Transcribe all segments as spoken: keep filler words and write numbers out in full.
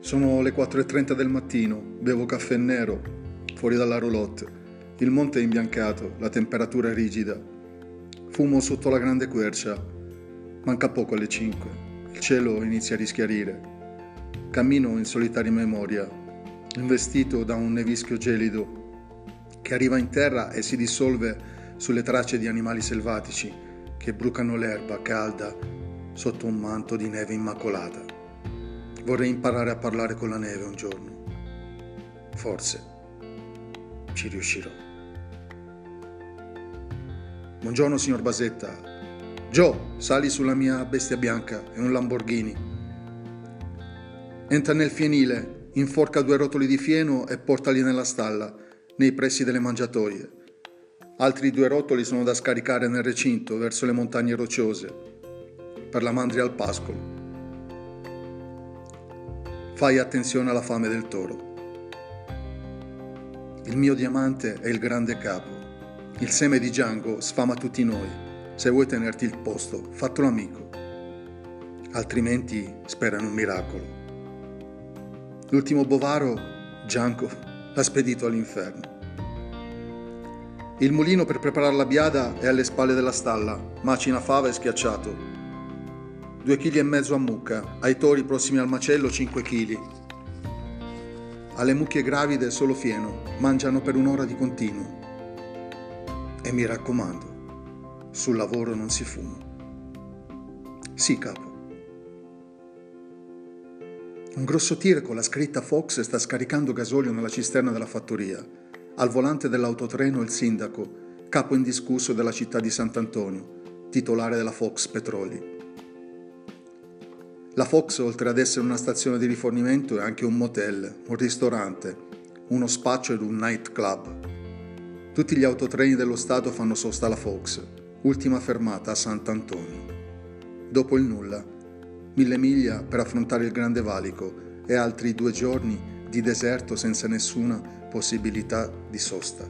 Sono le quattro e trenta del mattino, bevo caffè nero, fuori dalla roulotte. Il monte è imbiancato, la temperatura è rigida. Fumo sotto la grande quercia. Manca poco alle cinque. Il cielo inizia a rischiarire. Cammino in solitaria memoria, investito da un nevischio gelido che arriva in terra e si dissolve sulle tracce di animali selvatici che brucano l'erba calda sotto un manto di neve immacolata. Vorrei imparare a parlare con la neve un giorno. Forse ci riuscirò. Buongiorno, signor Basetta. Joe, sali sulla mia bestia bianca, è un Lamborghini. Entra nel fienile, inforca due rotoli di fieno e portali nella stalla, nei pressi delle mangiatoie. Altri due rotoli sono da scaricare nel recinto, verso le montagne rocciose, per la mandria al pascolo. Fai attenzione alla fame del toro. Il mio diamante è il grande capo. Il seme di Django sfama tutti noi. Se vuoi tenerti il posto, fatelo amico. Altrimenti spera in un miracolo. L'ultimo bovaro, Django, l'ha spedito all'inferno. Il mulino per preparare la biada è alle spalle della stalla. Macina fava e schiacciato. Due chili e mezzo a mucca, ai tori prossimi al macello cinque chili. Alle mucche gravide solo fieno, mangiano per un'ora di continuo. E mi raccomando, sul lavoro non si fuma. Sì, capo. Un grosso tir con la scritta Fox sta scaricando gasolio nella cisterna della fattoria. Al volante dell'autotreno il sindaco, capo indiscusso della città di Sant'Antonio, titolare della Fox Petroli. La Fox, oltre ad essere una stazione di rifornimento, è anche un motel, un ristorante, uno spaccio ed un nightclub. Tutti gli autotreni dello Stato fanno sosta alla Fox, ultima fermata a Sant'Antonio. Dopo il nulla, mille miglia per affrontare il Grande Valico e altri due giorni di deserto senza nessuna possibilità di sosta.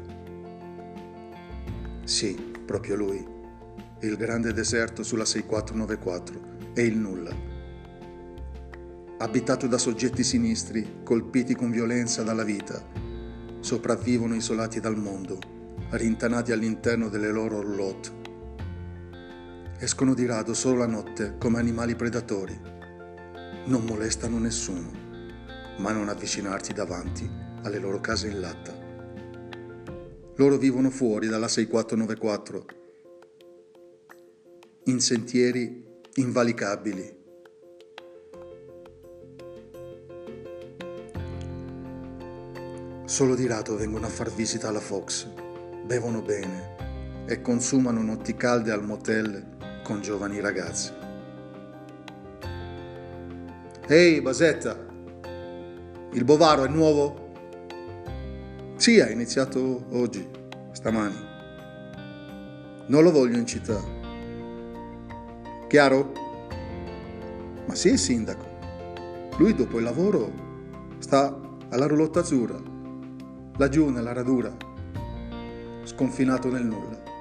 Sì, proprio lui, il grande deserto sulla sei quattro nove quattro e il nulla. Abitato da soggetti sinistri, colpiti con violenza dalla vita, sopravvivono isolati dal mondo, rintanati all'interno delle loro roulotte. Escono di rado solo la notte come animali predatori. Non molestano nessuno, ma non avvicinarti davanti alle loro case in latta. Loro vivono fuori dalla sei quattro nove quattro, in sentieri invalicabili. Solo di rado vengono a far visita alla Fox, bevono bene e consumano notti calde al motel con giovani ragazzi. Ehi, Basetta, il bovaro è nuovo? Sì, ha iniziato oggi, stamani. Non lo voglio in città. Chiaro? Ma sì, sindaco. Lui dopo il lavoro sta alla roulotte azzurra, laggiù nella radura, sconfinato nel nulla.